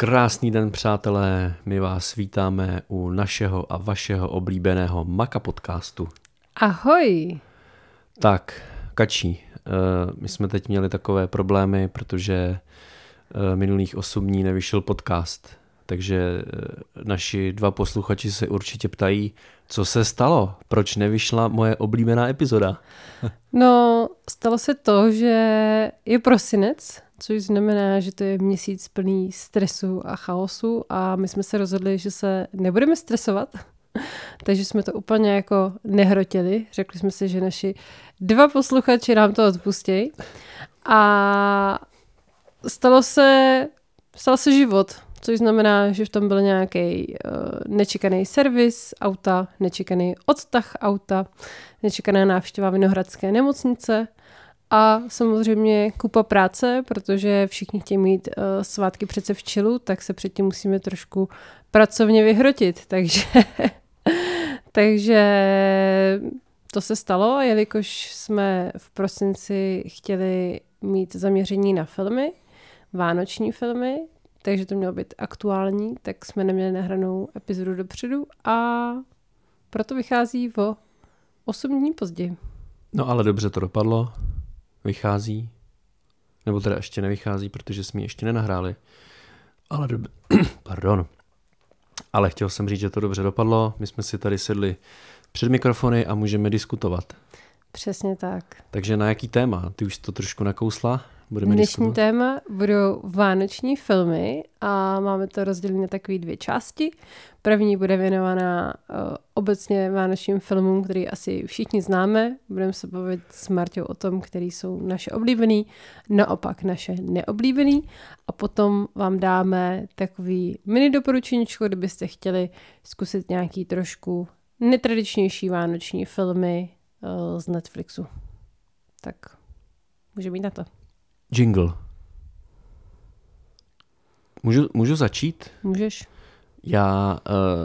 Krásný den, přátelé, my vás vítáme u našeho a vašeho oblíbeného Maka podcastu. Ahoj! Tak, Kačí, my jsme teď měli takové problémy, protože minulých 8 dní nevyšel podcast, takže naši 2 posluchači se určitě ptají, co se stalo, proč nevyšla moje oblíbená epizoda. No, stalo se to, že je prosinec, což znamená, že to je měsíc plný stresu a chaosu a my jsme se rozhodli, že se nebudeme stresovat, takže jsme to úplně jako nehrotili. Řekli jsme si, že naši 2 posluchači nám to odpustějí a stal se život, což znamená, že v tom byl nějaký nečekaný servis auta, nečekaný odtah auta, nečekaná návštěva Vinohradské nemocnice a samozřejmě kupa práce, protože všichni chtějí mít svátky přece v čilu, tak se předtím musíme trošku pracovně vyhrotit. Takže to se stalo, jelikož jsme v prosinci chtěli mít zaměření na filmy, vánoční filmy, takže to mělo být aktuální, tak jsme neměli nahranou epizodu dopředu a proto vychází o 8 dní později. No ale dobře to dopadlo, vychází, nebo teda ještě nevychází, protože jsme ji ještě nenahráli, ale pardon. Ale chtěl jsem říct, že to dobře dopadlo, my jsme si tady sedli před mikrofony a můžeme diskutovat. Přesně tak. Takže na jaký téma? Ty už to trošku nakousla? Dnešní téma budou vánoční filmy a máme to rozdělené na takové 2 části. První bude věnovaná obecně vánočním filmům, který asi všichni známe. Budeme se bavit s Marťou o tom, který jsou naše oblíbený, naopak naše neoblíbený. A potom vám dáme takový mini doporučeníčko, kdybyste chtěli zkusit nějaký trošku netradičnější vánoční filmy z Netflixu. Tak můžeme jít na to. Jingle. Můžu začít? Můžeš. Já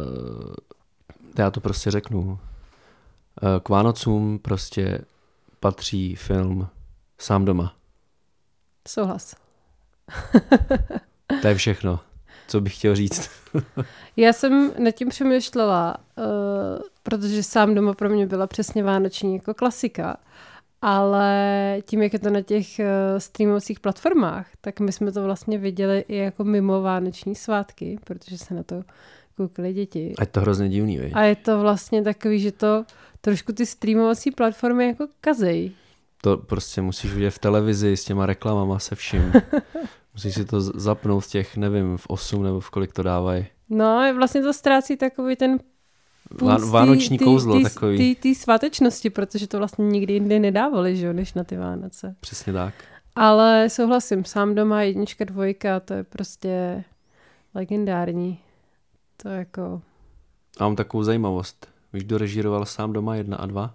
to prostě řeknu. K Vánocům prostě patří film Sám doma. Souhlas. To je všechno, co bych chtěl říct. Já jsem nad tím přemýšlela, protože Sám doma pro mě byla přesně vánoční jako klasika. Ale tím, jak je to na těch streamovacích platformách, tak my jsme to vlastně viděli i jako mimo vánoční svátky, protože se na to koukali děti. A je to hrozně divný, viď? A je to vlastně takový, že to trošku ty streamovací platformy jako kazej. To prostě musíš vidět v televizi s těma reklamama se vším. Musíš si to zapnout v těch, nevím, v 8 nebo v kolik to dávají. No, vlastně to ztrácí takový ten vánoční kouzlo takový. Ty svátečnosti, protože to vlastně nikdy jindy nedávali, že jo, než na ty Vánoce. Přesně tak. Ale souhlasím, Sám doma 1, 2, to je prostě legendární. To jako... A mám takovou zajímavost. Víš, kdo režíroval Sám doma 1 a 2?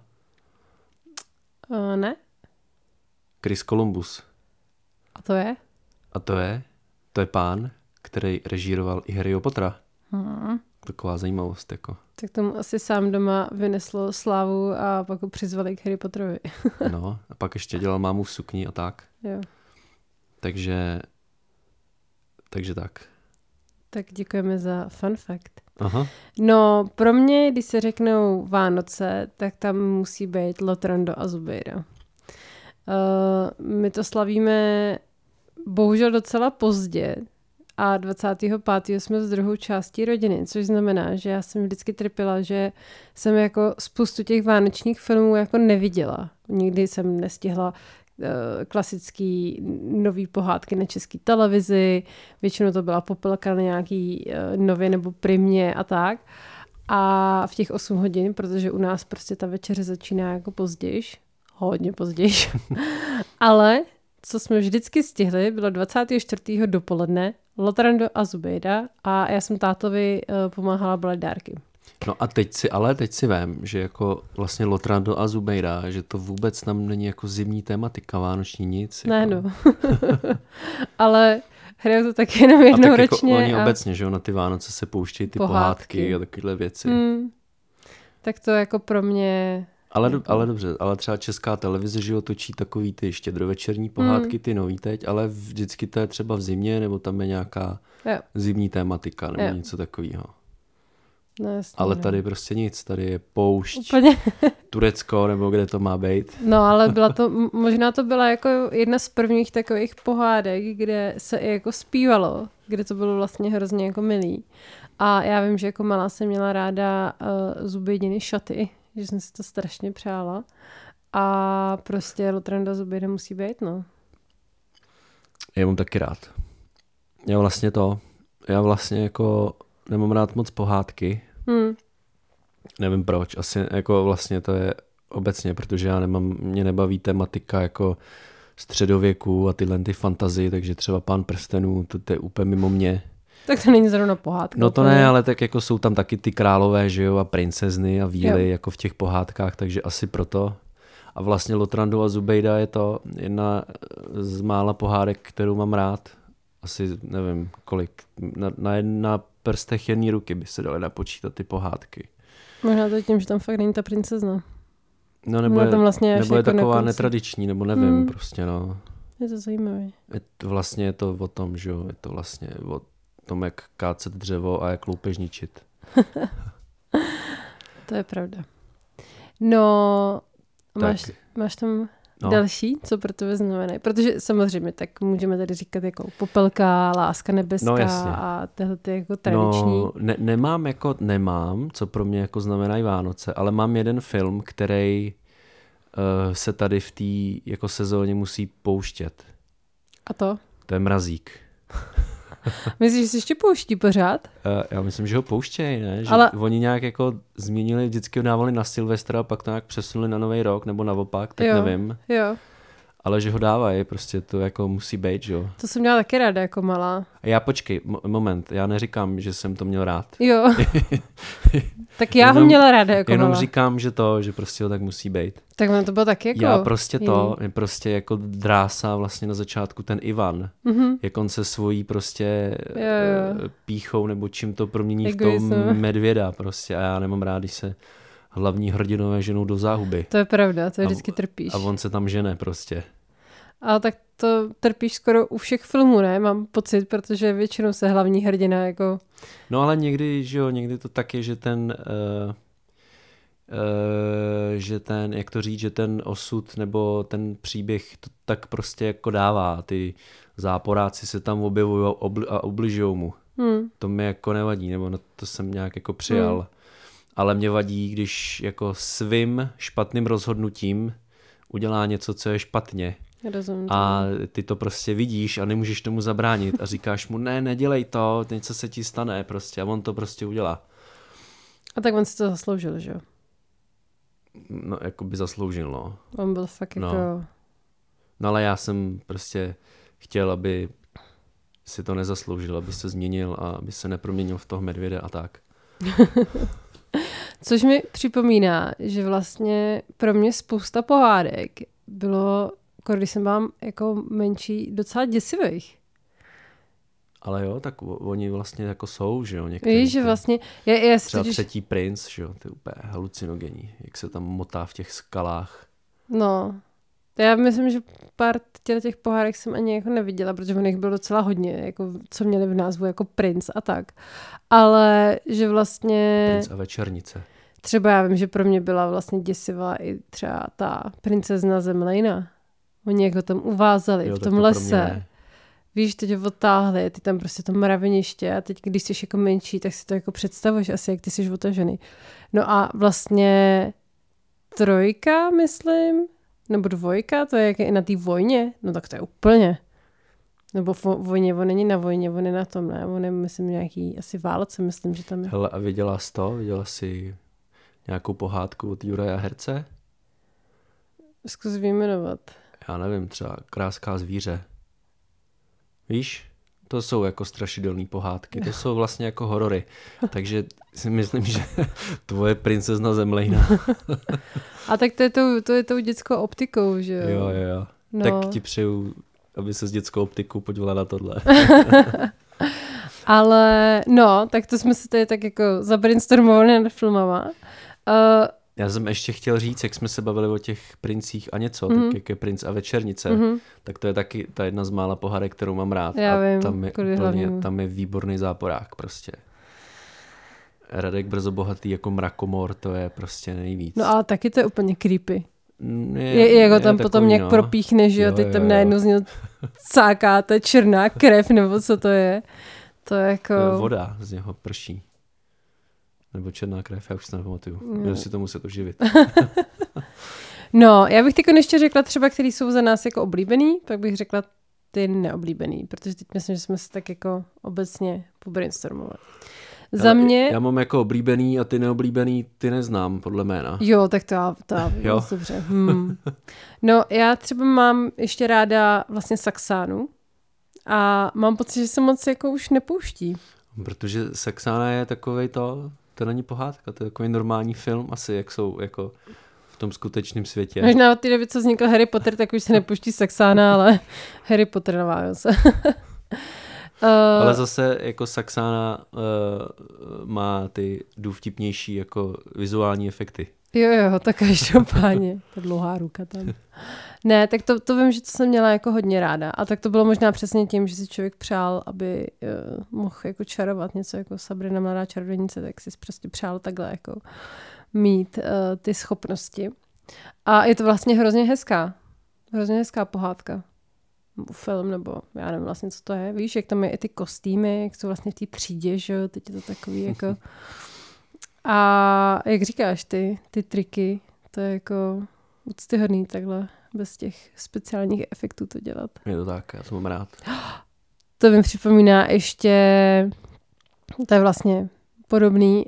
Ne. Chris Columbus. A to je? To je pán, který režíroval i Harryho Pottera. Hmm. Taková zajímavost, jako. Tak tomu asi Sám doma vyneslo slávu a pak ho přizvali k Harry Potterovi. No, a pak ještě dělal Mámu v sukni a tak. Jo. Takže tak. Tak děkujeme za fun fact. Aha. No, pro mě, když se řeknou Vánoce, tak tam musí být Lotrando a Zubeida. My to slavíme bohužel docela pozdě a 25. jsme s druhou částí rodiny, což znamená, že já jsem vždycky trpěla, že jsem jako spoustu těch vánočních filmů jako neviděla. Nikdy jsem nestihla klasický nový pohádky na české televizi, většinou to byla Popelka na nějaký nově nebo primě a tak. A v těch 8 hodin, protože u nás prostě ta večeře začíná jako pozdějiš, hodně pozdějiš, ale co jsme vždycky stihli, bylo 24. dopoledne Lotrando a Zubeida a já jsem tátovi pomáhala balit dárky. No a teď si vem, že jako vlastně Lotrando a Zubeida, že to vůbec tam není jako zimní tematika, vánoční nic. Ne, jako. no. Ale hrajou to tak jenom jednou a tak ročně. Jako oni obecně, že jo, na ty Vánoce se pouštějí ty pohádky a takovéhle věci. Tak to jako pro mě... Ale dobře, ale třeba Česká televize, že jo, točí takový ty štědrovečerní pohádky, ty nový teď, ale vždycky to je třeba v zimě, nebo tam je nějaká zimní tématika, nebo něco takového. No, jasně, ale tady prostě nic, tady je poušť, úplně. Turecko, nebo kde to má být. No, ale možná to byla jako jedna z prvních takových pohádek, kde se i jako zpívalo, kde to bylo vlastně hrozně jako milý. A já vím, že jako malá jsem měla ráda Zubejděny šaty, že jsem si to strašně přála. A prostě Lotranda Zubejda musí být, no. Já mám taky rád. Já vlastně jako nemám rád moc pohádky. Nevím proč, asi jako vlastně to je obecně, protože mě nebaví tematika jako středověku a tyhle ty fantazie, takže třeba Pán prstenů, to je úplně mimo mě. Tak to není zrovna pohádka. No to ne, ale tak jako jsou tam taky ty králové, že jo, a princezny a víly jako v těch pohádkách, takže asi proto. A vlastně Lotrandova Zubejda je to jedna z mála pohádek, kterou mám rád. Asi nevím kolik, na prstech jedné ruky by se daly napočítat ty pohádky. Možná to je tím, že tam fakt není ta princezna. No nebo je taková netradiční, nebo nevím prostě, no. Je to zajímavé. Vlastně je to o tom, že jo, je to vlastně o tom, jak kácet dřevo a jak loupež ničit. To je pravda. No, máš tam další, co pro tebe znamená? Protože samozřejmě tak můžeme tady říkat jako Popelka, Láska nebeská a tyhle ty jako tradiční. No, nemám, co pro mě jako znamenají Vánoce, ale mám jeden film, který se tady v té jako sezóně musí pouštět. A to? To je Mrazík. Myslíš, že se ještě pouští pořád? Já myslím, že ho pouštějí, ne? Že ale oni nějak jako změnili, vždycky ho dávali na Silvestra a pak to nějak přesunuli na Nový rok nebo naopak, tak nevím. Jo. Ale že ho dávají, prostě to jako musí být, že jo. To jsem měla taky ráda jako malá. A já počkej, moment, já neříkám, že jsem to měl rád. Jo. Tak já ho měla ráda jako jenom malá. Říkám, že prostě ho tak musí být. Tak ono to bylo taky jako já prostě jako drásá vlastně na začátku ten Ivan, jak on se svojí prostě pýchou nebo čím to promění v tom medvěda prostě a já nemám rád, když se hlavní hrdinové ženou do záhuby. To je pravda, to je vždycky trpíš. A on se tam žene prostě. Ale tak to trpíš skoro u všech filmů, ne? Mám pocit, protože většinou se hlavní hrdina jako... No ale někdy, že jo, někdy to tak je, že jak to říct, že ten osud nebo ten příběh to tak prostě jako dává. Ty záporáci se tam objevují a ubližují mu. To mi jako nevadí, nebo na to jsem nějak jako přijal. Ale mě vadí, když jako svým špatným rozhodnutím udělá něco, co je špatně. Rozumím. A ty to prostě vidíš a nemůžeš tomu zabránit a říkáš mu, ne, nedělej to, něco se ti stane prostě a on to prostě udělá. A tak on si to zasloužil, že jo? No, jako by zasloužil, no. On byl fakt jako... No ale já jsem prostě chtěl, aby si to nezasloužil, aby se změnil a aby se neproměnil v toho medvěda a tak. Což mi připomíná, že vlastně pro mě spousta pohádek bylo, když jsem byla jako menší, docela děsivých. Ale jo, tak oni vlastně jako jsou, že jo, některý. Víš, že vlastně... Třeba Třetí princ, že jo, to je úplně halucinogenní, jak se tam motá v těch skalách. No, já myslím, že pár těch pohádek jsem ani jako neviděla, protože on jich bylo docela hodně, jako, co měli v názvu jako princ a tak. Ale že vlastně... Princ a večernice. Třeba já vím, že pro mě byla vlastně děsivá i třeba ta princezna Zemlejna. Oni jako tam uvázali v tom lese. Víš, teď ho odtáhli, ty tam prostě to mraveniště a teď, když jsi jako menší, tak si to jako představuješ asi, jak ty jsi otažený. No a vlastně 3, myslím, nebo 2, to je jak i na té vojně, no tak to je úplně. Nebo vojně, on není na vojně, on je na tom, ne? On je, myslím, nějaký asi válce, myslím, že tam je. Hele, a viděla jsi nějakou pohádku od Juraja Herce? Zkus vyjmenovat. Já nevím, třeba Kráská zvíře. Víš? To jsou jako strašidelné pohádky, to jsou vlastně jako horory. Takže si myslím, že tvoje princezna Zemlejna. A tak to je tou dětskou optikou, že jo? Jo. No. Tak ti přeju, aby se s dětskou optikou podívala na tohle. Ale no, tak to jsme si tady tak jako zabrainstormovali nad filmama. Já jsem ještě chtěl říct, jak jsme se bavili o těch princích a něco, tak jak je Princ a večernice, tak to je taky ta jedna z mála pohádek, kterou mám rád. Já vím, tam je výborný záporák prostě. Radek Brzo bohatý jako mrakomor, to je prostě nejvíc. No ale taky to je úplně creepy. Jak ho tam potom nějak propíchne, že jo, teď tam najednou z něho cáká ta černá krev, nebo co to je. To je jako... Voda z něho prší. Nebo černá krev, já už se nepamatuju. Měl si to muset oživit. No, já bych teď ještě řekla třeba, který jsou za nás jako oblíbený, pak bych řekla ty neoblíbený, protože teď myslím, že jsme se tak jako obecně pobrainstormovali. Za mě... Já mám jako oblíbený a ty neoblíbený, ty neznám podle jména. Jo, tak to já moc dobře. No, já třeba mám ještě ráda vlastně Saxánu a mám pocit, že se moc jako už nepouští. Protože Saxána je takovej to není pohádka, to je takový normální film asi, jak jsou jako v tom skutečném světě. Možná od té doby, co vznikl Harry Potter, tak už se nepouští Saxána, ale Harry Potter na Vánoce. Ale zase jako Saxána má ty důvtipnější jako vizuální efekty. Jo, tak každopádně. Ta dlouhá ruka tam. Ne, tak to vím, že to jsem měla jako hodně ráda. A tak to bylo možná přesně tím, že si člověk přál, aby mohl jako čarovat něco jako Sabrina mladá čarodějnice, tak si prostě přál takhle jako mít ty schopnosti. A je to vlastně hrozně hezká pohádka. Film, nebo já nevím vlastně, co to je. Víš, jak tam je i ty kostýmy, jak jsou vlastně v té třídě, že jo, teď je to takový jako... A jak říkáš, ty triky, to je jako úctyhodný takhle, bez těch speciálních efektů to dělat. Je to tak, já to mám rád. To mi připomíná ještě, to je vlastně podobný,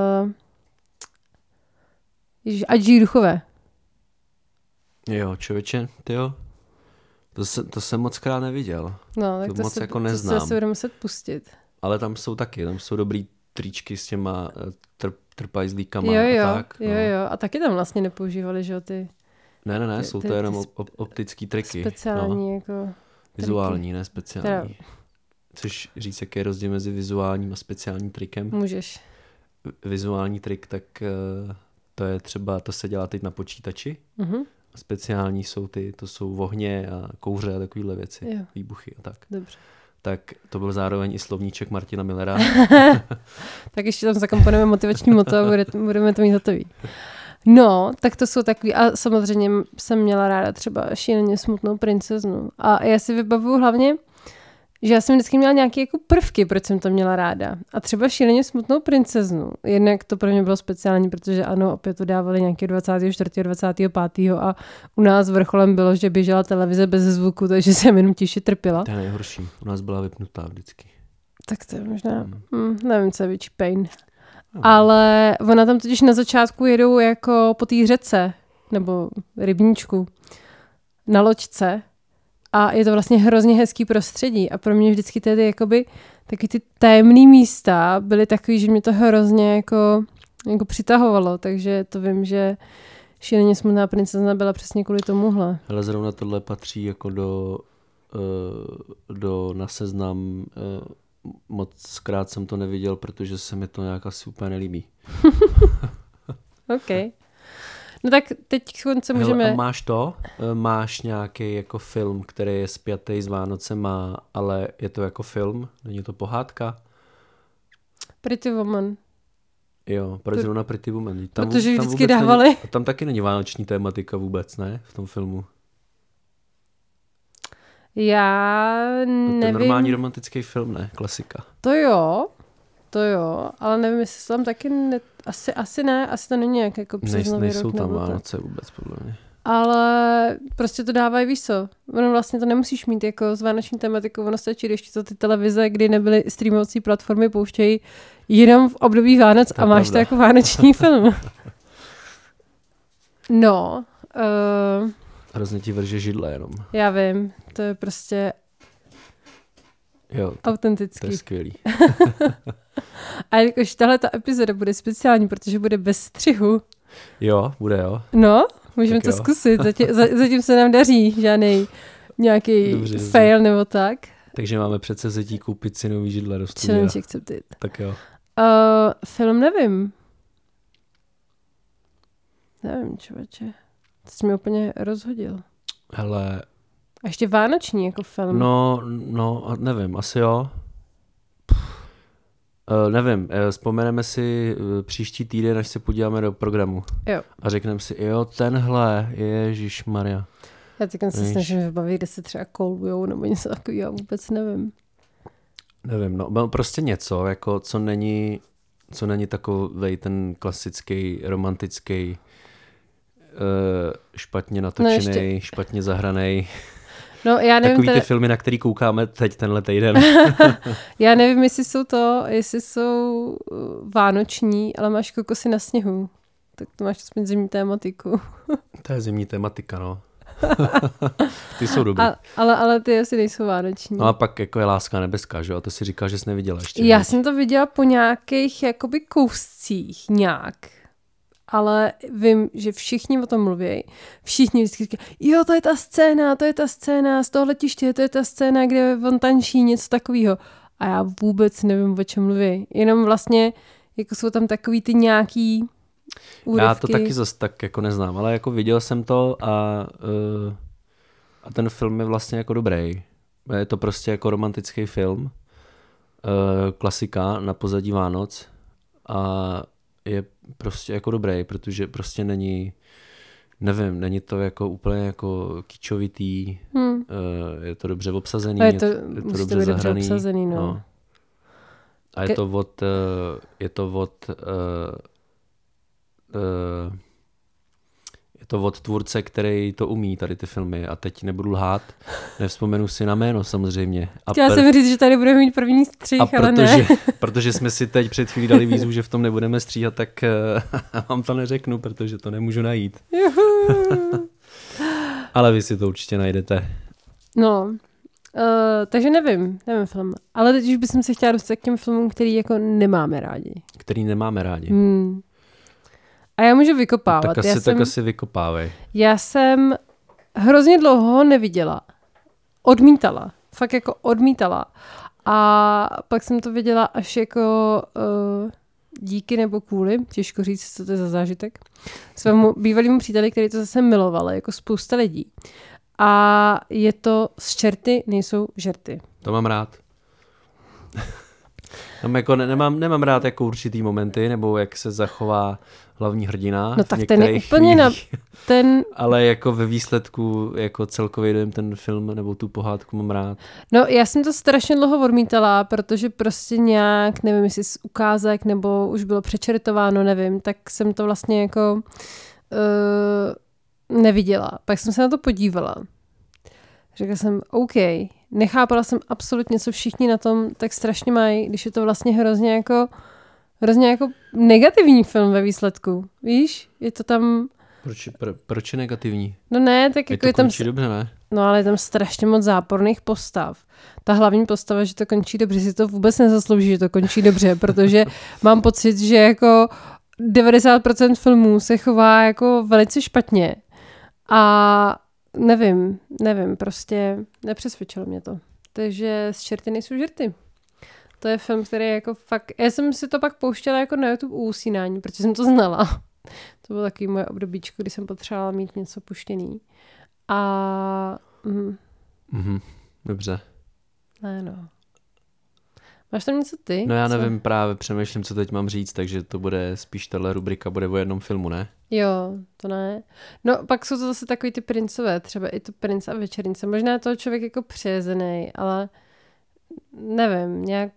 Adží Duchové. Jo, člověče, tyjo. To jsem moc krát neviděl. No, tak to moc jako neznám. To se budeme muset pustit. Ale tam jsou dobrý tričky s těma trpajzlíkama jo, a tak. Jo, a taky tam vlastně nepoužívali, že jo, ty... Ne, jsou to jenom optický triky. Speciální jako... Vizuální, triky. Ne speciální. Chceš říct, jaký je rozdíl mezi vizuálním a speciálním trikem? Můžeš. Vizuální trik, tak to se dělá teď na počítači. Uh-huh. Speciální to jsou ohně a kouře a takovýhle věci. Jo. Výbuchy a tak. Dobře. Tak to byl zároveň i slovníček Martina Millera. Tak ještě tam zakomponujeme motivační moto a budeme to mít hotový. No, tak to jsou takový, a samozřejmě jsem měla ráda třeba Šíleně smutnou princeznu. A já si vybavuju hlavně, že já jsem vždycky měla nějaké jako prvky, proč jsem to měla ráda. A třeba Šíleně smutnou princeznu. Jednak to pro mě bylo speciální, protože ano, opět to dávali nějaké 24. 25. a u nás vrcholem bylo, že běžela televize bez zvuku, takže jsem jenom tiše trpěla. To je nejhorší. U nás byla vypnutá vždycky. Tak to je možná, nevím, co je větší pain. Ale ona tam totiž na začátku jedou jako po té řece, nebo rybníčku, na loďce. A je to vlastně hrozně hezký prostředí. A pro mě vždycky tedy jakoby taky ty tajemný místa byly takový, že mě to hrozně jako přitahovalo. Takže to vím, že Šíleně smutná princezna byla přesně kvůli tomuhle. Ale zrovna tohle patří jako na seznam. Moc krát jsem to neviděl, protože se mi to nějak asi úplně nelíbí. OK. No tak teď konce můžeme... Hele, máš nějaký jako film, který je spjatý s Vánocema, ale je to jako film? Není to pohádka? Pretty Woman. Jo, proč zrovna Pretty Woman? Protože vždycky dávali. Tam taky není vánoční tématika vůbec, ne? V tom filmu. Já nevím. To je normální romantický film, ne? Klasika. To jo, ale nevím, jestli tam taky asi ne, asi to není nějak jako přes Nový rok. Nejsou tam Vánoce vůbec, podle mě. Ale prostě to dávají, víš co, ono vlastně to nemusíš mít jako s vánoční tematikou, ono stačí, když to ty televize, kdy nebyly streamovací platformy, pouštějí jenom v období Vánoc a máš to jako vánoční film. No. Hrozně ti vrže židle jenom. Já vím, to je prostě autentický. To je skvělý. A jakož tahleta epizoda bude speciální, protože bude bez střihu. Jo, bude jo. No, můžeme to zkusit. Zatím se nám daří, žádnej nějaký fail nebo tak. Takže máme předsevzetí koupit si nový židle do studia. Challenge accepted. Tak jo. Film nevím. Nevím, člověče. To jsi mě úplně rozhodil. Hele. A ještě vánoční jako film. No, nevím, asi jo. Nevím, vzpomeneme si příští týden, až se podíváme do programu. Jo. A řekneme si, jo, tenhle, ježišmarja. Já teď se snažím vybavit, kde se třeba kolujou, nebo něco takového, já vůbec nevím. Nevím, no prostě něco, jako co není takovej ten klasický, romantický, špatně natočený, špatně zahranej. No, já nevím, takový ty filmy, na který koukáme teď tenhle týden. Já nevím, jestli jsou vánoční, ale máš Kokosy na sněhu. Tak to máš aspoň zimní tématiku. To je zimní tématika, no. Ty jsou dobrý. Ale ty asi nejsou vánoční. No a pak jako je Láska nebeská, že jo? To si říkal, že jsi neviděla ještě. Já jsem to viděla po nějakých jakoby kouscích nějak. Ale vím, že všichni o tom mluví. Všichni vždycky říkají, jo, to je ta scéna z toho letiště, to je ta scéna, kde on tančí, něco takového. A já vůbec nevím, o čem mluví. Jenom vlastně, jako jsou tam takový ty nějaký úryvky. Já to taky zase tak jako neznám, ale jako viděl jsem to a ten film je vlastně jako dobrý. Je to prostě jako romantický film. Klasika na pozadí Vánoc. A je prostě jako dobrý, protože prostě není to jako úplně jako kičovitý, je to dobře obsazený, je to dobře zahraný. Obsazený, no. A je to od tvůrce, který to umí, tady ty filmy. A teď nebudu lhát, nevzpomenu si na jméno samozřejmě. Chtěla jsem říct, že tady budeme mít první střih, ale ne. Protože jsme si teď před chvílí dali výzvu, že v tom nebudeme stříhat, tak vám to neřeknu, protože to nemůžu najít. Ale vy si to určitě najdete. No, takže nevím film. Ale teď už bych se chtěla dostat k těm filmům, který jako nemáme rádi. Který nemáme rádi. A já můžu vykopávat. Tak asi vykopávej. Já jsem hrozně dlouho ho neviděla. Odmítala. Fakt jako odmítala. A pak jsem to viděla až jako díky nebo kvůli, těžko říct, co to je za zážitek, svému bývalému příteli, který to zase miloval, jako spousta lidí. A je to Z čerty nejsou žerty. To mám rád. Tam jako nemám rád jako určitý momenty, nebo jak se zachová hlavní hrdina. No tak ten je úplně Ale jako ve výsledku, jako celkově dojem ten film nebo tu pohádku mám rád. No já jsem to strašně dlouho odmítala, protože prostě nějak, nevím, jestli z ukázek nebo už bylo přečertováno, nevím, tak jsem to vlastně jako neviděla. Pak jsem se na to podívala. Řekla jsem, OK, nechápala jsem absolutně, co všichni na tom tak strašně mají, když je to vlastně hrozně jako negativní film ve výsledku. Víš? Je to tam... Proč je negativní? No ne, tak jako je tam... končí dobře, ne? No ale je tam strašně moc záporných postav. Ta hlavní postava, že to končí dobře, si to vůbec nezaslouží, že to končí dobře, protože mám pocit, že jako 90% filmů se chová jako velice špatně. A nevím, prostě nepřesvědčilo mě to. Takže Z čerty nejsou žerty. To je film, který je jako fakt... Já jsem si to pak pouštěla jako na YouTube u usínání, protože jsem to znala. To bylo takový moje obdobíčko, kdy jsem potřebovala mít něco puštěný. A... Dobře. Ne, no. Máš tam něco ty? No já nevím, právě přemýšlím, co teď mám říct, takže to bude spíš tahle rubrika bude o jednom filmu, ne? Jo, to ne. No pak jsou to zase takový ty princové, třeba i to Princ a večernice. Možná je to člověk jako přijezený, ale nevím, nějak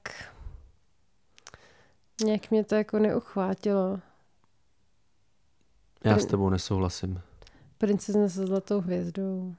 mě to jako neuchvátilo. Já s tebou nesouhlasím. Princezna se zlatou hvězdou.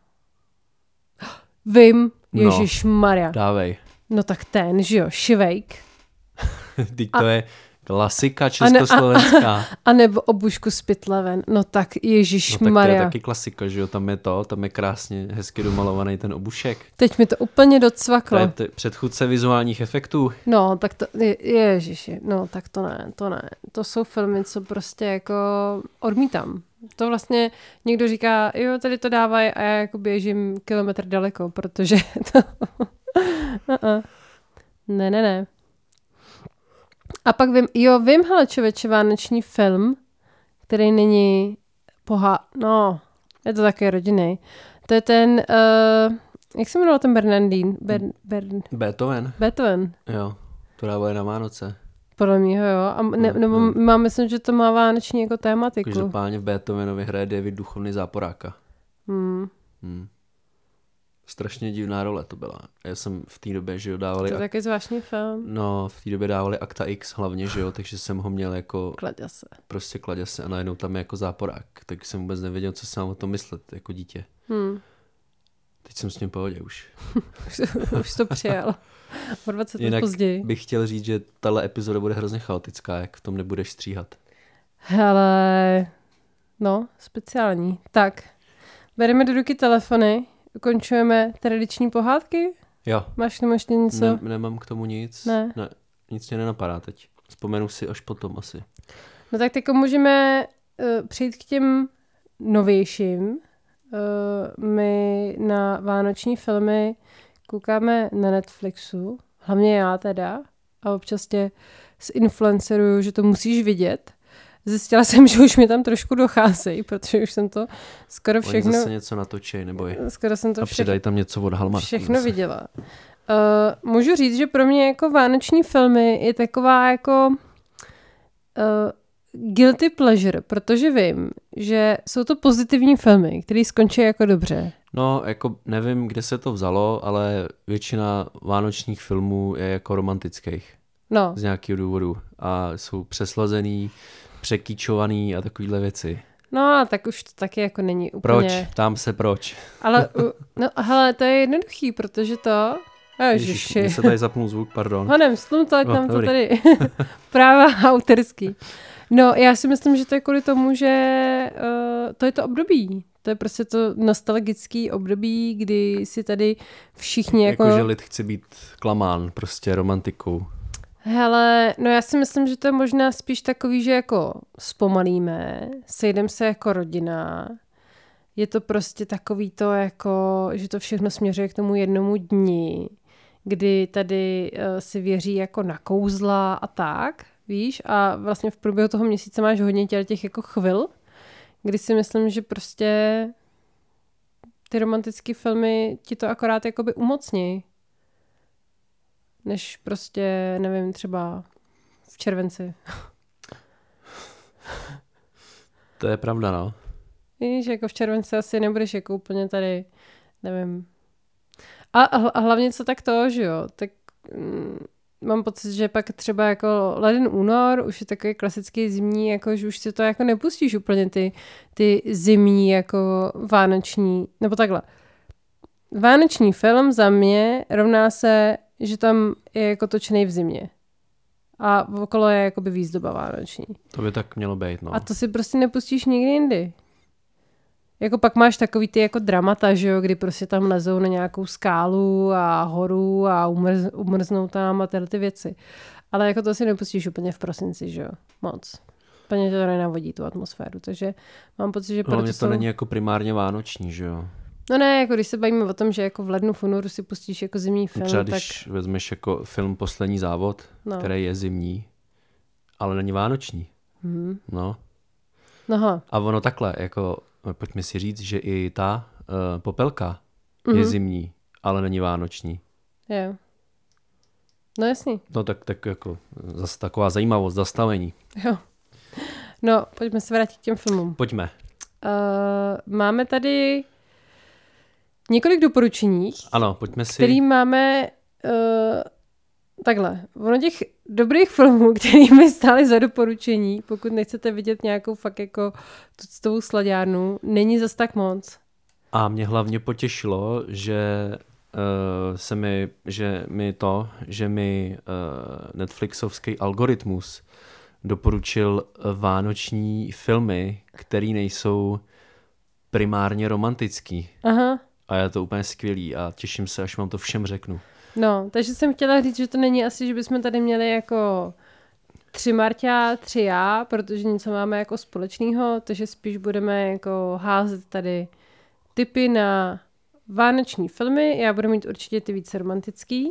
Vím, ježišmarja. Dávej. No tak ten, že jo, Švejk. Teď to je klasika československá. A nebo Obušku z pytleven. No tak ježišmarja. No tak to je taky klasika, že jo, tam je krásně, hezky domalovaný ten obušek. Teď mi to úplně docvaklo. To je předchůdce vizuálních efektů. No, tak to, ježiši, no tak to ne. To jsou filmy, co prostě jako odmítám. To vlastně někdo říká, jo, tady to dávají a já jako běžím kilometr daleko, protože to... Ne. A pak vím, hele člověče, vánoční film, který není No, je to taky rodinný. To je ten, jak se jmenoval ten Bernardín? Beethoven. Jo, to dávají na Vánoce. Podle mě jo. A nebo mám myslím, že to má vánoční jako tématiku. Každopádně v Beethovenovi hraje David Duchovny záporáka. Strašně divná role to byla. Já jsem v té době, že jo, dávali... To je taky zvláštní film. No, v té době dávali Akta X hlavně, že jo, takže jsem ho měl jako... Kladěse. Prostě kladěse a najednou tam je jako záporák. Tak jsem vůbec nevěděl, co se mám o tom myslet jako dítě. Teď jsem s ním v pohodě už. Už to přijal. O 20 let Jinak později. bych chtěl říct, že tahle epizoda bude hrozně chaotická, jak v tom nebudeš stříhat. Hele, no, speciální. Tak, bereme do ruky telefony, ukončujeme tradiční pohádky? Jo. Máš tomu ještě něco? Nemám k tomu nic. Ne, nic mě nenapadá teď. Vzpomenu si až potom asi. No tak teď můžeme přejít k těm novějším. My na vánoční filmy koukáme na Netflixu, hlavně já teda, a občas tě zinfluenceruju, že to musíš vidět. Zjistila jsem, že už mi tam trošku docházejí, protože už jsem to skoro všechno... Oni zase něco natočej, neboj. Skoro jsem to a přidají tam něco od Hallmarku. Všechno zase viděla. Můžu říct, že pro mě jako vánoční filmy je taková jako guilty pleasure, protože vím, že jsou to pozitivní filmy, které skončí jako dobře. No, jako nevím, kde se to vzalo, ale většina vánočních filmů je jako romantických. No. Z nějakého důvodu. A jsou přeslazený, překýčovaný a takovýhle věci. No, tak už to taky jako není úplně... Proč? Ptám se proč. Ale, no, hele, to je jednoduchý, protože to... Ježiši. Mně se tady zapnul zvuk, pardon. Honem, slunto, tam to tady. Práva autorský. No, já si myslím, že to je kvůli tomu, že to je to období. To je prostě to nostalgický období, kdy si tady všichni jako... Jakože lid chce být klamán, prostě romantikou. Hele, no já si myslím, že to je možná spíš takový, že jako zpomalíme, sejdeme se jako rodina, je to prostě takový to jako, že to všechno směřuje k tomu jednomu dni, kdy tady si věří jako na kouzla a tak, víš, a vlastně v průběhu toho měsíce máš hodně těch jako chvil, kdy si myslím, že prostě ty romantické filmy ti to akorát jakoby umocní. Než prostě, nevím, třeba v červenci. To je pravda, no. Víš, jako v červenci asi nebudeš jako úplně tady, nevím. A hlavně co tak to, že jo, tak mám pocit, že pak třeba jako leden, únor už je takový klasický zimní, jako že už si to jako nepustíš úplně ty zimní jako vánoční, nebo takhle. Vánoční film za mě rovná se, že tam je jako točený v zimě. A okolo je jakoby výzdoba vánoční. To by tak mělo být, no. A to si prostě nepustíš nikdy jindy. Jako pak máš takový ty jako dramata, že jo, kdy prostě tam lezou na nějakou skálu a horu a umrznou tam a tyhle ty věci. Ale jako to si nepustíš úplně v prosinci, že jo, moc. Úplně to nenavodí tu atmosféru, takže mám pocit, že proto to není jako primárně vánoční, že jo. No ne, jako když se bavíme o tom, že jako v lednu, v únoru si pustíš jako zimní film, třeba když vezmeš jako film Poslední závod, který je zimní, ale není vánoční. No. Aha. A ono takhle, jako pojďme si říct, že i ta Popelka je zimní, ale není vánoční. Jo. No jasný. No tak jako zase taková zajímavost, zastavení. Jo. No, pojďme se vrátit k těm filmům. Pojďme. Máme tady několik doporučení. Ano, pojďme si. Který máme takhle. Ono těch dobrých filmů, který mi stály za doporučení, pokud nechcete vidět nějakou fakt jako tuctovou slaďárnu, není zas tak moc. A mě hlavně potěšilo, že mi Netflixovský algoritmus doporučil vánoční filmy, které nejsou primárně romantický. Aha. A je to úplně skvělý a těším se, až vám to všem řeknu. No, takže jsem chtěla říct, že to není asi, že bychom tady měli jako 3 Marťa, 3 já, protože něco máme jako společného, takže spíš budeme jako házet tady tipy na vánoční filmy. Já budu mít určitě ty více romantický.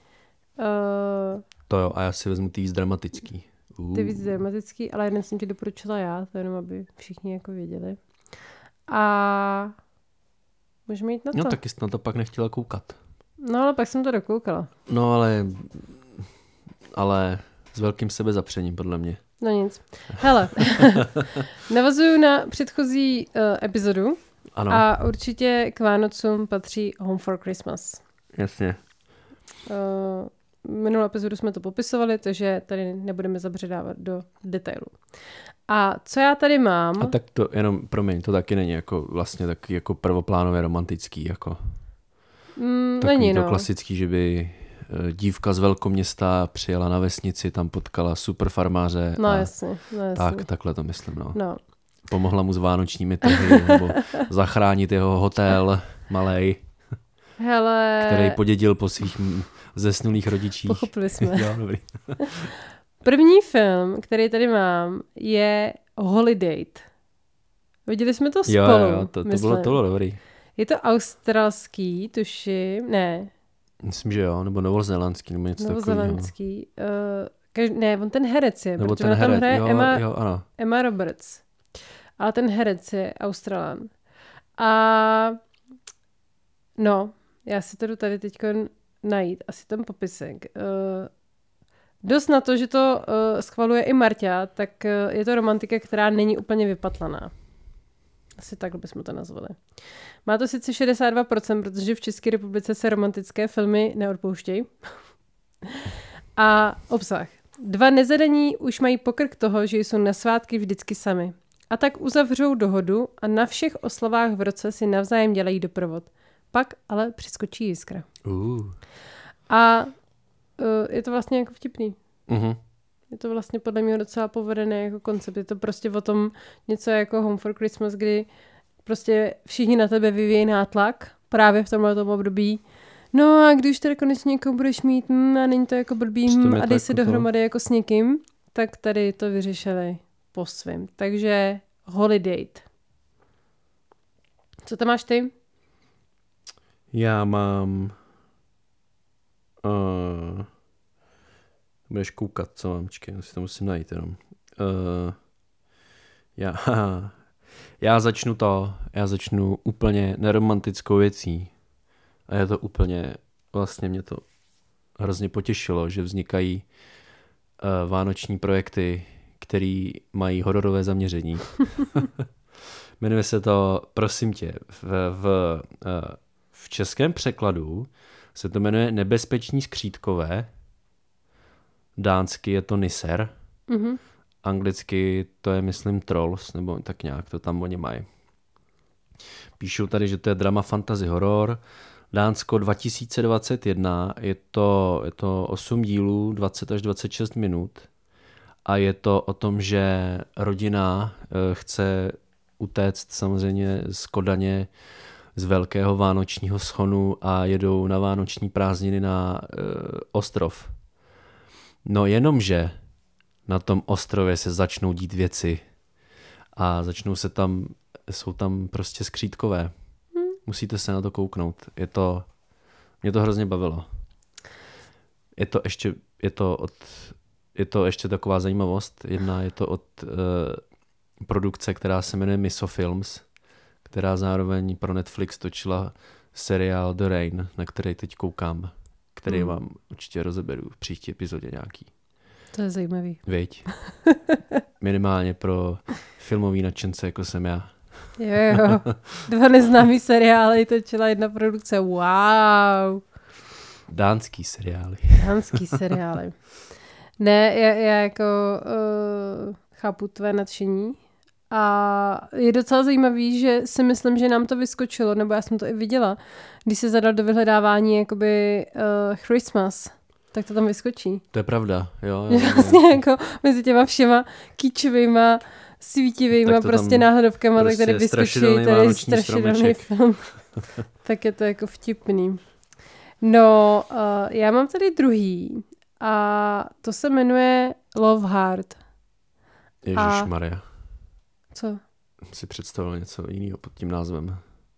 To jo, a já si vezmu ty víc dramatický. Ty víc dramatický, ale jeden jsem ti doporučila já, to jenom aby všichni jako věděli. A můžeme jít na to. No taky jsi na to pak nechtěla koukat. No ale pak jsem to dokoukala. No ale s velkým sebezapřením, podle mě. No nic. Hele, navazuju na předchozí epizodu. Ano. A určitě k Vánocům patří Home for Christmas. Jasně. Minulou epizodu jsme to popisovali, takže tady nebudeme zabředávat do detailů. A co já tady mám... A tak to jenom, promiň, to taky není jako vlastně taky jako prvoplánově romantický, jako takový není, to no. klasický, že by dívka z velkoměsta přijela na vesnici, tam potkala super farmáře. No a jasně. Takhle to myslím, no. Pomohla mu s vánočními trhy, nebo zachránit jeho hotel malej, Hele... který podědil po svých zesnulých rodičích. Pochopili jsme. Jo, dobrý. První film, který tady mám, je Holiday. Viděli jsme to spolu, Jo, to bylo dobrý. Je to australský, tuším, ne. Myslím, že jo, nebo novozélandský, nebo něco takového. Novozélandský. Ne, on ten herec je, nebo protože ten ona tam hraje ano. Emma Roberts. Ale ten herec je Australan. A no, já si to jdu tady teď najít, asi ten popisek. Dost na to, že to schvaluje i Marťa, tak je to romantika, která není úplně vypatlaná. Asi takhle bychom to nazvali. Má to sice 62%, protože v České republice se romantické filmy neodpouštějí. A obsah. 2 nezadaní už mají pokrk toho, že jsou na svátky vždycky sami. A tak uzavřou dohodu a na všech oslavách v roce si navzájem dělají doprovod. Pak ale přiskočí jiskra. A je to vlastně jako vtipný. Uh-huh. Je to vlastně podle mě docela povedený jako koncept. Je to prostě o tom něco jako Home for Christmas, kdy prostě všichni na tebe vyvíjí nátlak právě v tomhle období. No a když tady konečně jako budeš mít a není to jako blbý a dej se dohromady jako s někým, tak tady to vyřešili po svým. Takže Holiday. Co tam máš ty? Já mám... Budeš koukat, co mám, čekaj, si to musím najít jenom. Já začnu úplně neromantickou věcí. A je to úplně, vlastně mě to hrozně potěšilo, že vznikají vánoční projekty, které mají hororové zaměření. Jmenuje se to, prosím tě, v českém překladu se to jmenuje Nebezpeční skřítkové. Dánsky je to Nisser. Mm-hmm. Anglicky to je, myslím, Trolls, nebo tak nějak to tam oni mají. Píšou tady, že to je drama, fantasy, horor. Dánsko 2021, je to 8 dílů, 20 až 26 minut. A je to o tom, že rodina chce utéct samozřejmě z Kodaně, z velkého vánočního schonu a jedou na vánoční prázdniny na ostrov. No jenomže na tom ostrově se začnou dít věci a jsou tam prostě skřítkové. Musíte se na to kouknout. Mě to hrozně bavilo. Je to ještě taková zajímavost. Je to od produkce, která se jmenuje Miso Films, která zároveň pro Netflix točila seriál The Rain, na který teď koukám, který vám určitě rozeberu v příští epizodě nějaký. To je zajímavý. Viď? Minimálně pro filmový nadšence, jako jsem já. Jo. 2 neznámý seriály točila jedna produkce. Wow. Dánský seriály. Dánský seriály. Ne, já jako chápu tvé nadšení. A je docela zajímavý, že si myslím, že nám to vyskočilo, nebo já jsem to i viděla, když se zadal do vyhledávání jakoby Christmas, tak to tam vyskočí. To je pravda, jo. Vlastně jako mezi těma všema kýčovýma, svítivýma prostě náhledovkama, prostě tak tady vyskočí tady strašidelný film. Tak je to jako vtipný. No, já mám tady druhý a to se jmenuje Love Heart. Ježišmarja. Co? Si představil něco jiného pod tím názvem.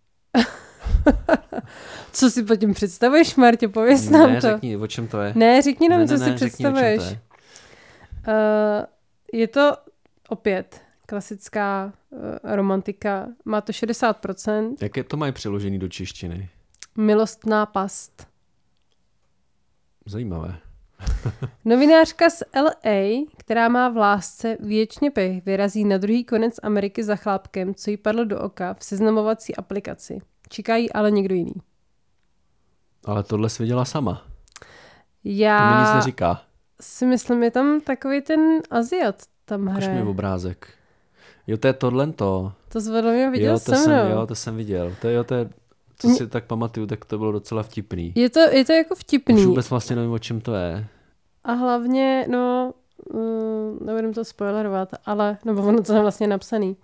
Co si pod tím představuješ, Martě? Pověz nám to. Ne, řekni, o čem to je. Ne, řekni nám, co si představuješ. Je to opět klasická romantika. Má to 60%. Jaké to mají přeložený do češtiny? Milostná past. Zajímavé. Novinářka z LA, která má v lásce věčně pech, vyrazí na druhý konec Ameriky za chlápkem, co jí padlo do oka v seznamovací aplikaci. Čeká jí ale někdo jiný. Ale tohle jsi viděla sama. Já to mi nic neříká. Si myslím, je tam takový ten Aziat tam hraje. Ukaž mi obrázek. Jo, to je tohle to. To zvedlo mě viděl se mnou. Jo, to jsem viděl. To je, co si tak pamatuju, tak to bylo docela vtipný. Je to jako vtipný. Už vůbec vlastně nevím, o čem to je. A hlavně, nebudem to spoilerovat, ale, nebo ono to je vlastně napsaný.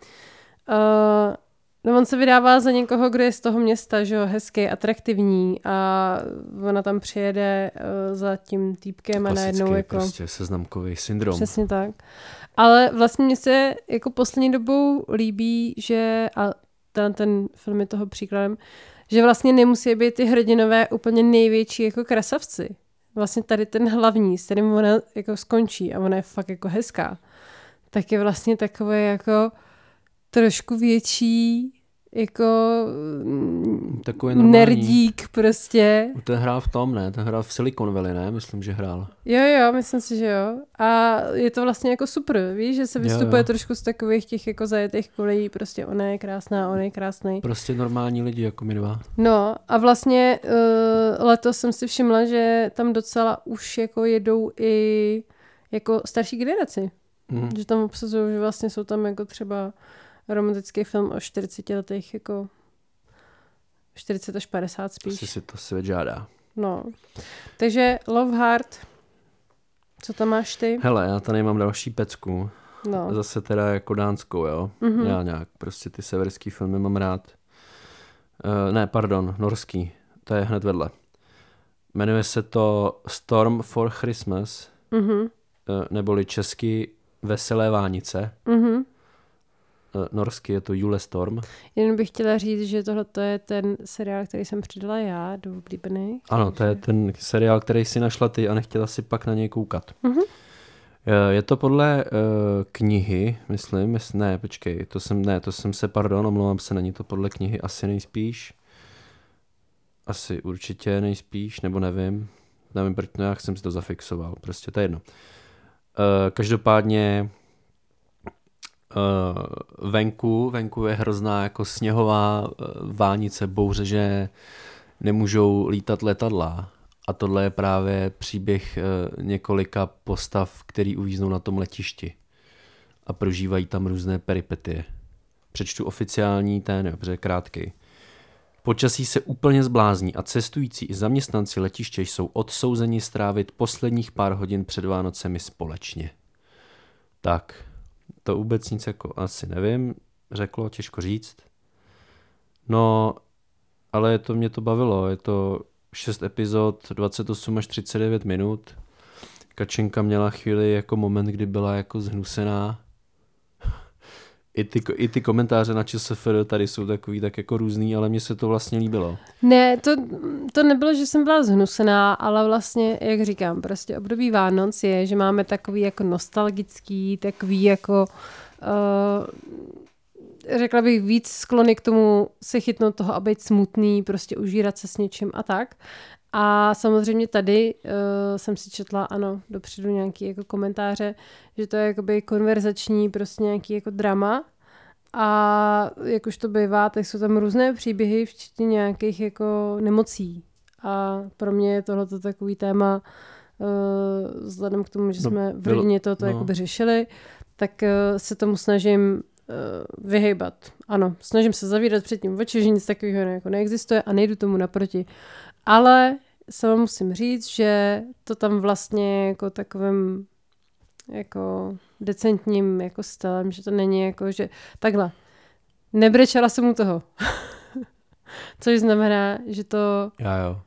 No on se vydává za někoho, kdo je z toho města, že jo, hezký, atraktivní a ona tam přijede za tím týpkem a najednou jako... prostě seznamkový syndrom. Přesně tak. Ale vlastně mně se jako poslední dobou líbí, že, a ten film je toho příkladem, že vlastně nemusí být ty hrdinové úplně největší jako krasavci. Vlastně tady ten hlavní, s kterým ona jako skončí a ona je fakt jako hezká, tak je vlastně takový jako trošku větší jako takový normální nerdík prostě. Ten hrál v tom, ne? Ten hrál v Silicon Valley, ne? Myslím, že hrál. Jo, myslím si, že jo. A je to vlastně jako super, víš, že se vystupuje trošku z takových těch jako zajetých kolejí, prostě ona je krásná, on je krásný. Prostě normální lidi, jako my dva. No a vlastně letos jsem si všimla, že tam docela už jako jedou i jako starší generaci. Že tam obsazují, že vlastně jsou tam jako třeba romantický film o 40 letech, jako 40 až 50 spíš. Asi si to svět žádá. No. Takže Love Heart. Co tam máš ty? Hele, já tady mám další pecku. No. Zase teda jako dánskou, jo. Mm-hmm. Já nějak prostě ty severský filmy mám rád. Norský. To je hned vedle. Jmenuje se to Storm for Christmas. Mm-hmm. Neboli česky Veselé Vánice. Mm-hmm. Norsky je to Jule Storm. Jen bych chtěla říct, že tohle je ten seriál, který jsem přidala já do oblíbených. Ano, to je ten seriál, který si našla ty a nechtěla si pak na něj koukat. Mm-hmm. Je to podle knihy, myslím. Ne, počkej, omlouvám se, není to podle knihy, asi nejspíš. Asi určitě nejspíš, nebo nevím. Nevím, proč jak jsem si to zafixoval, prostě to je jedno. Každopádně venku je hrozná jako sněhová vánice, bouře, že nemůžou lítat letadla. A tohle je právě příběh několika postav, který uvíznou na tom letišti a prožívají tam různé peripetie. Přečtu oficiální protože je krátkej. Počasí se úplně zblázní a cestující i zaměstnanci letiště jsou odsouzeni strávit posledních pár hodin před Vánocemi společně. Tak, to vůbec nic jako asi nevím, řeklo, těžko říct. No, ale mě to bavilo, je to 6 epizod, 28 až 39 minut. Kačenka měla chvíli jako moment, kdy byla jako zhnusená. I ty komentáře na ČSFR tady jsou takový tak jako různý, ale mně se to vlastně líbilo. Ne, to nebylo, že jsem byla zhnusená, ale vlastně, jak říkám, prostě období Vánoc je, že máme takový jako nostalgický, takový jako řekla bych víc sklony k tomu se chytnout toho a být smutný, prostě užírat se s něčím a tak. A samozřejmě tady jsem si četla, ano, dopředu nějaký jako komentáře, že to je jakoby konverzační prostě nějaký jako drama a jak už to bývá, tak jsou tam různé příběhy, včetně nějakých jako nemocí. A pro mě je tohleto takový téma, vzhledem k tomu, že jsme v rodině toto jakoby řešili, tak se tomu snažím vyhejbat. Ano, snažím se zavírat před tím oči, že nic takového jako neexistuje a nejdu tomu naproti. Ale sama musím říct, že to tam vlastně jako takovým jako decentním jako stylem, že to není jako, že takhle. Nebrečela jsem u toho. Což znamená, že to... Já jo.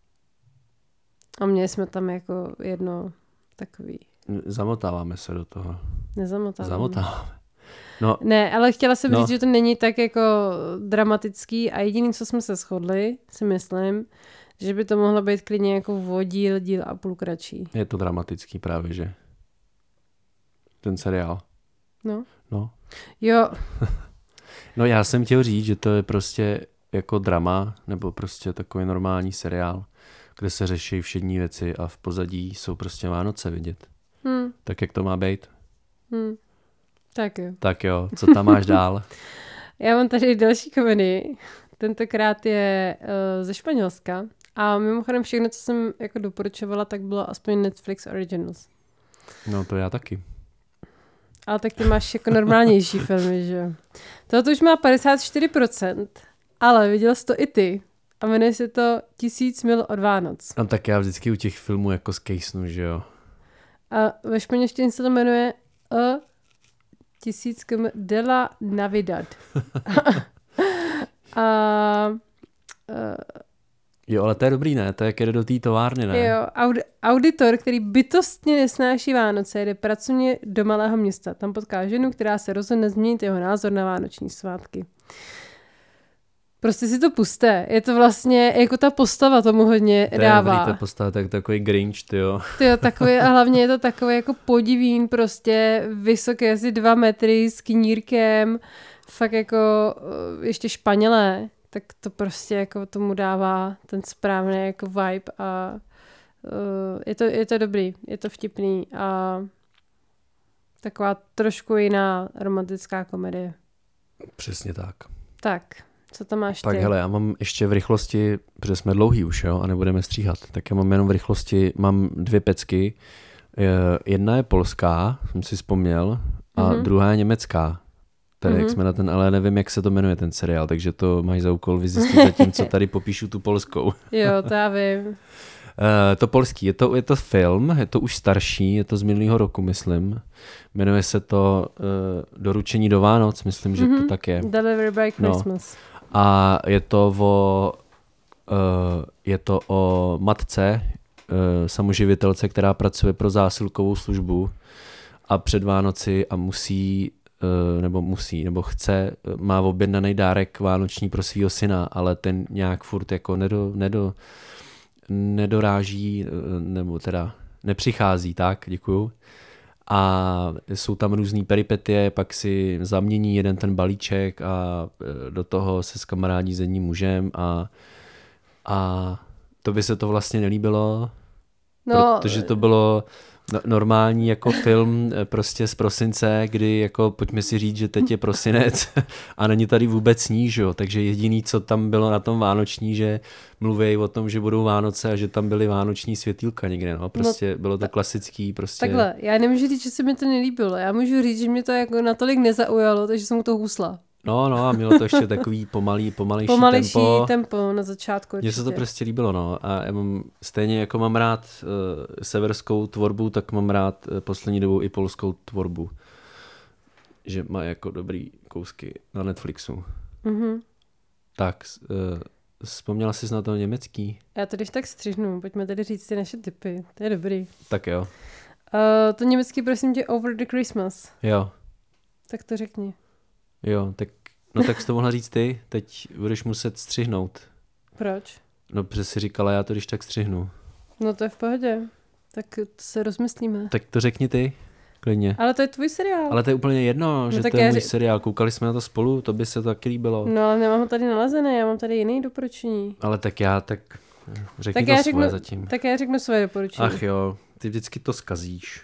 A měli jsme tam jako jedno takový... Zamotáváme se do toho. Zamotáváme. No, ne, ale chtěla jsem říct, že to není tak jako dramatický a jediný, co jsme se shodli, si myslím, že by to mohlo být klidně jako díl a půl kratší. Je to dramatický právě, že? Ten seriál. No. Jo. No já jsem chtěl říct, že to je prostě jako drama, nebo prostě takový normální seriál, kde se řeší všední věci a v pozadí jsou prostě Vánoce vidět. Tak jak to má být? Tak jo. Tak jo, co tam máš dál? Já mám tady další komedii. Tentokrát je ze Španělska. A mimochodem všechno, co jsem jako doporučovala, tak bylo aspoň Netflix Originals. No to já taky. Ale tak ty máš jako normálnější filmy, že jo. Tohle už má 54%, ale viděl jsi to i ty. A jmenuje se to 1000 mil od Vánoc. No tak já vždycky u těch filmů jako skejsnu, že jo. A ve španělštině se to jmenuje A 1000 de la Navidad. Jo, ale to je dobrý, ne? To je jak jde do té továrny, ne? Jo, auditor, který bytostně nesnáší Vánoce, jde pracovně do malého města. Tam potká ženu, která se rozhodne změnit jeho názor na vánoční svátky. Prostě si to puste. Je to vlastně, jako ta postava tomu hodně dává. To je dobrý, ta postava, tak takový Grinch, tyjo. Tyjo, takový, a hlavně je to takový jako podivín, prostě vysoký, asi 2 metry s knírkem, fakt jako ještě Španělé, tak to prostě jako tomu dává ten správný jako vibe a je to dobrý, je to vtipný a taková trošku jiná romantická komedie. Přesně tak. Tak, co tam máš Tak ty? hele, já mám ještě v rychlosti, protože jsme dlouhý už, jo, a nebudeme stříhat, tak já mám jenom v rychlosti, mám 2 pecky. Jedna je polská, jsem si vzpomněl, a druhá je německá. Tady, jak jsme na ten, ale nevím, jak se to jmenuje ten seriál, takže to máš za úkol vyzjistit zatím, co tady popíšu tu polskou. Jo, to já vím. To polský, je to film, je to už starší, je to z minulého roku, myslím. Jmenuje se to Doručení do Vánoc, myslím, že to tak je. Delivery by Christmas. No. A je to o matce, samoživitelce, která pracuje pro zásilkovou službu a před Vánoci a má objednaný dárek vánoční pro svýho syna, ale ten nějak furt jako nedoráží, nebo teda nepřichází, tak, děkuju. A jsou tam různý peripetie, pak si zamění jeden ten balíček a do toho se skamarádí s jedním mužem a to by se to vlastně nelíbilo, protože to bylo normální jako film prostě z prosince, kdy jako pojďme si říct, že teď je prosinec a není tady vůbec sníh, jo? Takže jediný, co tam bylo na tom vánoční, že mluví o tom, že budou Vánoce a že tam byly vánoční světýlka někde, no, prostě bylo to klasický prostě. Takhle, já nemůžu říct, že se mi to nelíbilo, já můžu říct, že mě to jako natolik nezaujalo, takže jsem mu to husla. No a mělo to ještě takový pomalejší tempo na začátku. Mně se to prostě líbilo, no. A já stejně jako mám rád severskou tvorbu, tak mám rád poslední dobou i polskou tvorbu. Že má jako dobrý kousky na Netflixu. Mm-hmm. Tak, vzpomněla jsi na to německý? Já to když tak střihnu, pojďme tady říct ty naše tipy, to je dobrý. Tak jo. To německý, prosím tě, Over the Christmas. Jo. Tak to řekni. Jo, tak jsi to mohla říct ty, teď budeš muset střihnout. Proč? No, protože jsi říkala, já to když tak střihnu. No to je v pohodě, tak to se rozmyslíme. Tak to řekni ty, klidně. Ale to je tvůj seriál. Ale to je úplně jedno, že to je můj seriál, koukali jsme na to spolu, to by se to taky líbilo. No ale nemám ho tady nalezené, já mám tady jiný doporučení. Ale tak řekni tak to svoje zatím. Tak já řeknu svoje doporučení. Ach jo, ty vždycky to zkazíš.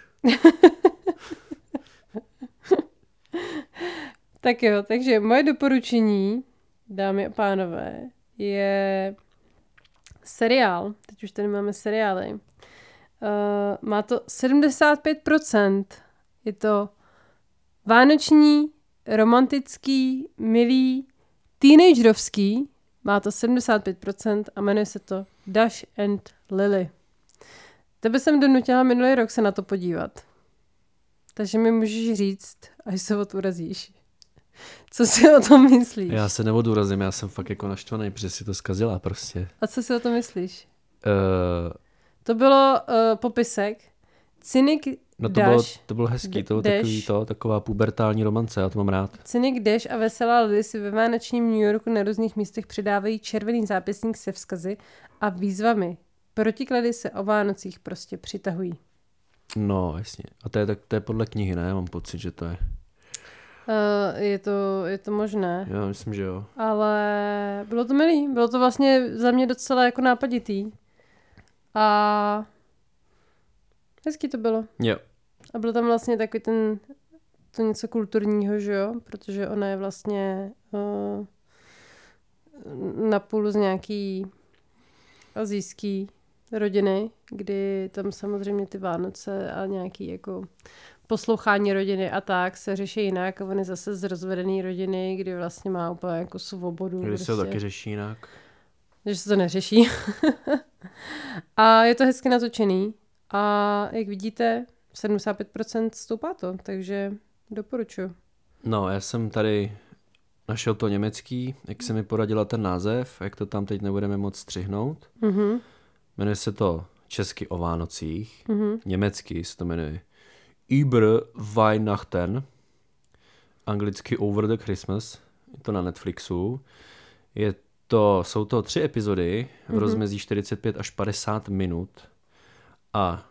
Tak jo, takže moje doporučení, dámy a pánové, je seriál. Teď už tady máme seriály. Má to 75%. Je to vánoční, romantický, milý, teenagerovský. Má to 75% a jmenuje se to Dash and Lily. Tebe jsem donutila minulý rok se na to podívat. Takže mi můžeš říct, až se urazíš. Co si o tom myslíš? Já se neodurazím, já jsem fakt jako naštvaný, protože si to zkazila prostě. A co si o tom myslíš? To bylo popisek. Cynic Dash. To bylo hezký, to bylo taková pubertální romance, já to mám rád. Cynic Dash a veselá Lily si ve vánočním New Yorku na různých místech přidávají červený zápisník se vzkazy a výzvami. Protiklady se o Vánocích prostě přitahují. No, jasně. A to je podle knihy, ne? Mám pocit, že to je. Je to možné. Já myslím, že jo. Ale bylo to milý. Bylo to vlastně za mě docela jako nápaditý. A hezký to bylo. Jo. A byl tam vlastně takový to něco kulturního, že jo? Protože ona je vlastně napůl z nějaký asijský rodiny, kdy tam samozřejmě ty Vánoce a nějaký jako poslouchání rodiny a tak se řeší jinak. A on je zase z rozvedené rodiny, kdy vlastně má úplně jako svobodu. Kdy prostě. se to taky řeší jinak. Že se to neřeší. A je to hezky natočený. A jak vidíte, 75% stoupá to, takže doporučuji. No, já jsem tady našel to německý, jak se mi poradila ten název, jak to tam teď nebudeme moc střihnout. Mhm. Jmenuje se to česky o Vánocích, německy se to jmenuje Über Weihnachten, anglicky Over the Christmas, je to na Netflixu. Jsou to 3 epizody v rozmezí 45 až 50 minut a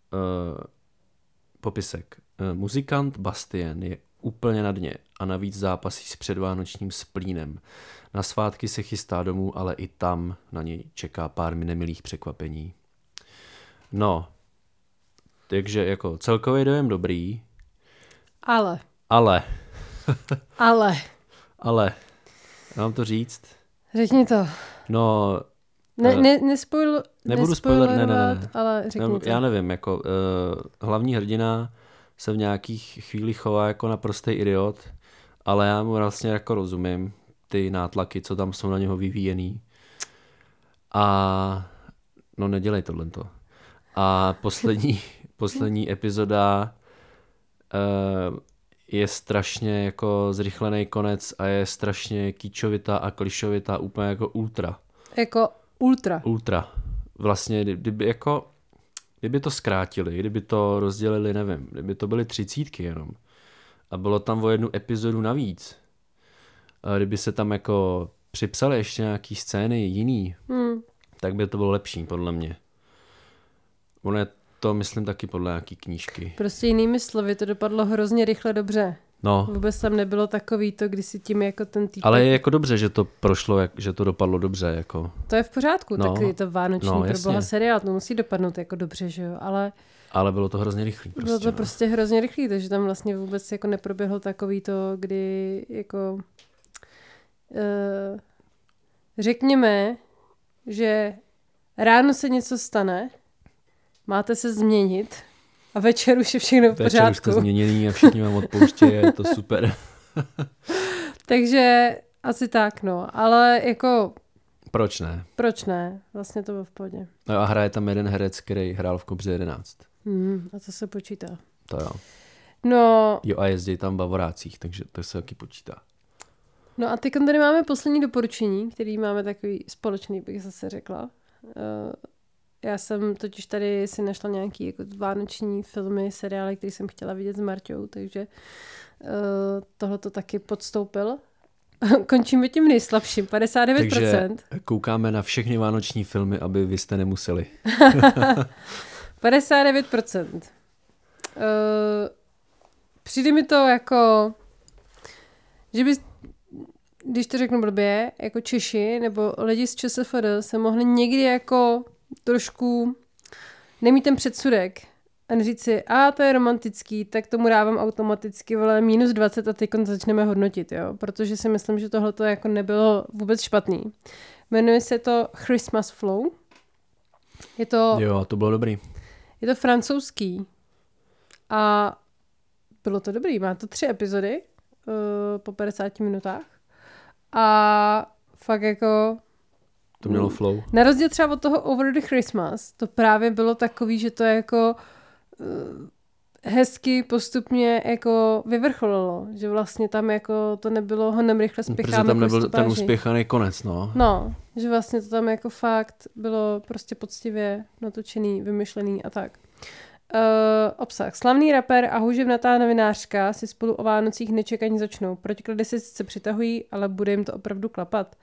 popisek. Muzikant Bastien je úplně na dně a navíc zápasí s předvánočním splínem. Na svátky se chystá domů, ale i tam na něj čeká pár nemilých překvapení. No, takže jako celkový dojem dobrý. Ale. Mám to říct? Řekni to. No, nebudu spoilerovat, ne. Ale řekni to. Já nevím, jako hlavní hrdina se v nějakých chvílích chová jako naprostý idiot, ale já mu vlastně jako rozumím ty nátlaky, co tam jsou na něho vyvíjený. A no nedělej tohleto. A poslední epizoda je strašně jako zrychlený konec a je strašně kýčovitá a klišovitá, úplně jako ultra. Jako ultra. Ultra. Vlastně, kdyby to zkrátili, kdyby to rozdělili, nevím, kdyby to byly 30 jenom a bylo tam o 1 epizodu navíc, a kdyby se tam jako připsaly ještě nějaký scény jiný, tak by to bylo lepší, podle mě. Ono je to, myslím, taky podle nějaký knížky. Prostě jinými slovy, to dopadlo hrozně rychle dobře. No. Vůbec tam nebylo takový to, když si tím jako ten týpek... Ale je jako dobře, že to prošlo, že to dopadlo dobře. Jako. To je v pořádku, no. tak je to vánoční pro boha seriál, to musí dopadnout jako dobře, že jo, ale bylo to hrozně rychlý. Bylo to prostě hrozně rychlý, takže tam vlastně vůbec jako neproběhlo takový to, kdy jako řekněme, že ráno se něco stane, máte se změnit a večer už je všechno v pořádku. Večer už jste změněný a všichni vám odpouštějí, je to super. Takže asi tak, no, ale jako... Proč ne? Vlastně to bylo v pohodě. No a hraje tam jeden herec, který hrál v Kobře 11. A to se počítá. To jo. No... Jo a jezdí tam v Bavorácích, takže to se taky počítá. No a teď tady máme poslední doporučení, který máme takový společný, bych zase řekla. Já jsem totiž tady si našla nějaký jako vánoční filmy, seriály, které jsem chtěla vidět s Marťou, takže tohle to taky podstoupil. Končíme tím nejslabším, 59%. Takže koukáme na všechny vánoční filmy, aby vy jste nemuseli. 59%. Přijde mi to jako, že by, když to řeknu blbě, jako Češi nebo lidi z ČSFD se mohli někdy jako trošku nemít ten předsudek a neříct si, to je romantický, tak tomu dávám automaticky -20 a teď začneme hodnotit, jo? Protože si myslím, že tohle to jako nebylo vůbec špatný. Jmenuje se to Christmas Flow. Jo, to bylo dobrý. Je to francouzský a bylo to dobrý. Má to 3 epizody po 50 minutách a fakt jako... To mělo flow. Na rozdíl třeba od toho Over the Christmas, to právě bylo takový, že to jako hezky postupně jako vyvrcholilo, že vlastně tam jako to nebylo honem rychle spěcháme. Protože tam nebyl ten uspěchaný konec, no. No, že vlastně to tam jako fakt bylo prostě poctivě natočený, vymyšlený a tak. Obsah. Slavný rapper a houževnatá novinářka si spolu o Vánocích nečekaně začnou. Protiklady se sice přitahují, ale bude jim to opravdu klapat.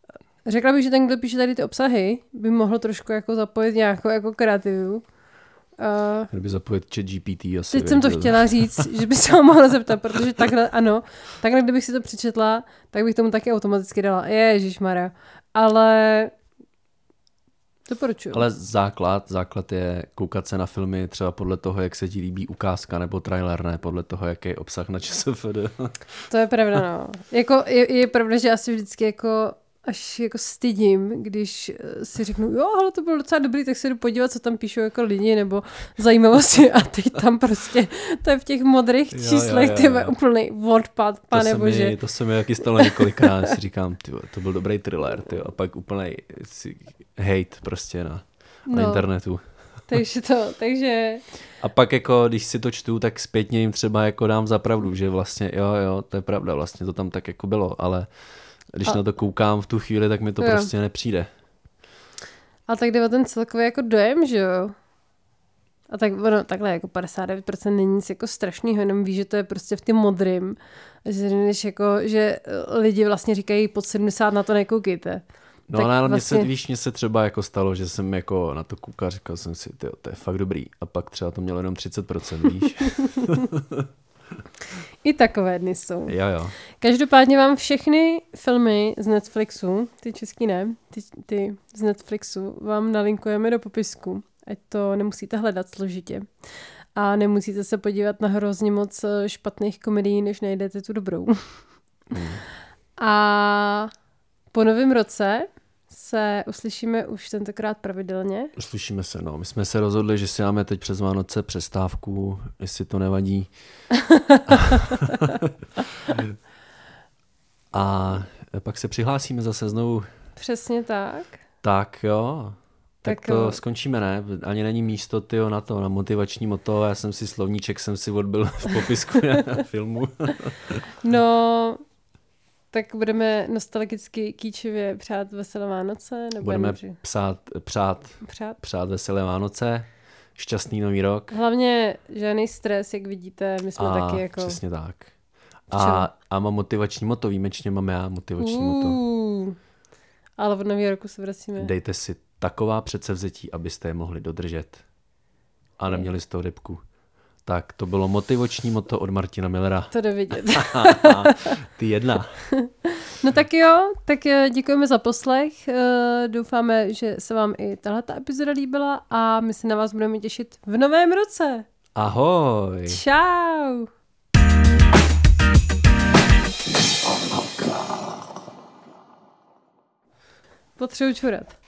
Řekla bych, že ten, kdo píše tady ty obsahy, by mohl trošku jako zapojit nějakou jako kreativu. Kdyby zapojit ChatGPT asi. Teď jsem to chtěla říct, že by se ho mohla zeptat, protože takhle, ano, takhle kdybych si to přečetla, tak bych tomu taky automaticky dala. Ježišmarja. Ale doporučuju. Ale základ je koukat se na filmy třeba podle toho, jak se ti líbí ukázka nebo trailer, ne podle toho, jaký je obsah na ČSFD. To je pravda, no. Jako, je pravda, že asi vždycky jako až jako stydím, když si řeknu, jo, ale to bylo docela dobrý, tak se jdu podívat, co tam píšou jako lidi, nebo zajímavosti a teď tam prostě, to je v těch modrých číslech, ty úplný odpad, panebože. To se mi taky stalo několikrát, si říkám, tyjo, to byl dobrý thriller, tyjo, a pak úplný hate prostě na internetu. Takže... A pak jako, když si to čtu, tak zpětně jim třeba jako dám za pravdu, že vlastně jo, to je pravda, vlastně to tam tak jako bylo, ale když na to koukám v tu chvíli, tak mi to prostě nepřijde. A tak jde o ten celkový jako dojem, že jo? A tak ono, takhle jako 59% není nic jako strašného, jenom víš, že to je prostě v tím modrým. Že lidi vlastně říkají pod 70 na to nekoukejte. No ale vlastně... mně se třeba jako stalo, že jsem jako na to koukal, říkal jsem si, tyjo, to je fakt dobrý. A pak třeba to mělo jenom 30%, víš? I takové dny jsou. Jo. Každopádně vám všechny filmy z Netflixu, ty český ne, ty z Netflixu, vám nalinkujeme do popisku, ať to nemusíte hledat složitě. A nemusíte se podívat na hrozně moc špatných komedií, než najdete tu dobrou. A po novém roce se uslyšíme už tentokrát pravidelně. Uslyšíme se, no. My jsme se rozhodli, že si dáme teď přes Vánoce přestávku, jestli to nevadí. A pak se přihlásíme zase znovu. Přesně tak. Tak jo. Tak to skončíme, ne? Ani není místo, tyjo, na to, na motivační moto. Já jsem si slovníček odbil v popisku na filmu. No... Tak budeme nostalgicky kýčově přát veselé Vánoce? Nebo budeme přát veselé Vánoce, šťastný nový rok. Hlavně žádný stres, jak vidíte, my jsme taky jako... Přesně tak. A mám motivační moto, výjimečně mám já motivační moto. Ale od nového roku se vracíme. Dejte si taková předsevzetí, abyste je mohli dodržet. A neměli z toho debku. Tak to bylo motivační moto od Martina Millera. To jde vidět. Ty jedna. No tak jo, tak děkujeme za poslech. Doufáme, že se vám i tahleta epizoda líbila a my se na vás budeme těšit v novém roce. Ahoj. Čau. Potřebuji čurat.